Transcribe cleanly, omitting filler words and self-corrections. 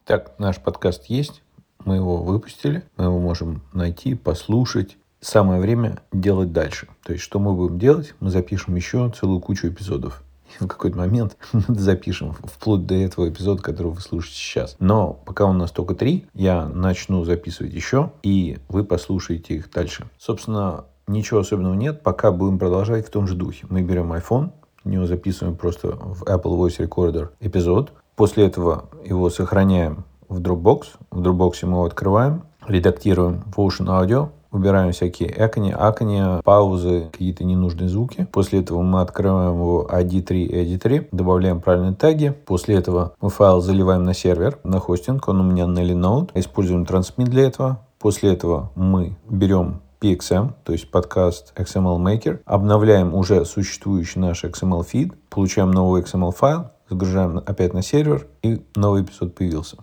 Так, наш подкаст есть, мы его выпустили, мы его можем найти, послушать. Самое время делать дальше. То есть, что мы будем делать? Мы запишем еще целую кучу эпизодов. И в какой-то момент запишем, вплоть до этого эпизода, который вы слушаете сейчас. Но пока у нас только 3, я начну записывать еще, и вы послушаете их дальше. Собственно, ничего особенного нет, пока будем продолжать в том же духе. Мы берем iPhone, в него записываем просто в Apple Voice Recorder эпизод. После этого его сохраняем в Dropbox. В Dropbox мы его открываем, редактируем в Ocean Audio, убираем всякие экони, паузы, какие-то ненужные звуки. После этого мы открываем его ID3 и ID3, добавляем правильные теги. После этого мы файл заливаем на сервер, на хостинг, он у меня на Linode. Используем Transmit для этого. После этого мы берем PXM, то есть подкаст XML Maker, обновляем уже существующий наш XML feed, получаем новый XML файл, загружаем опять на сервер, и новый эпизод появился.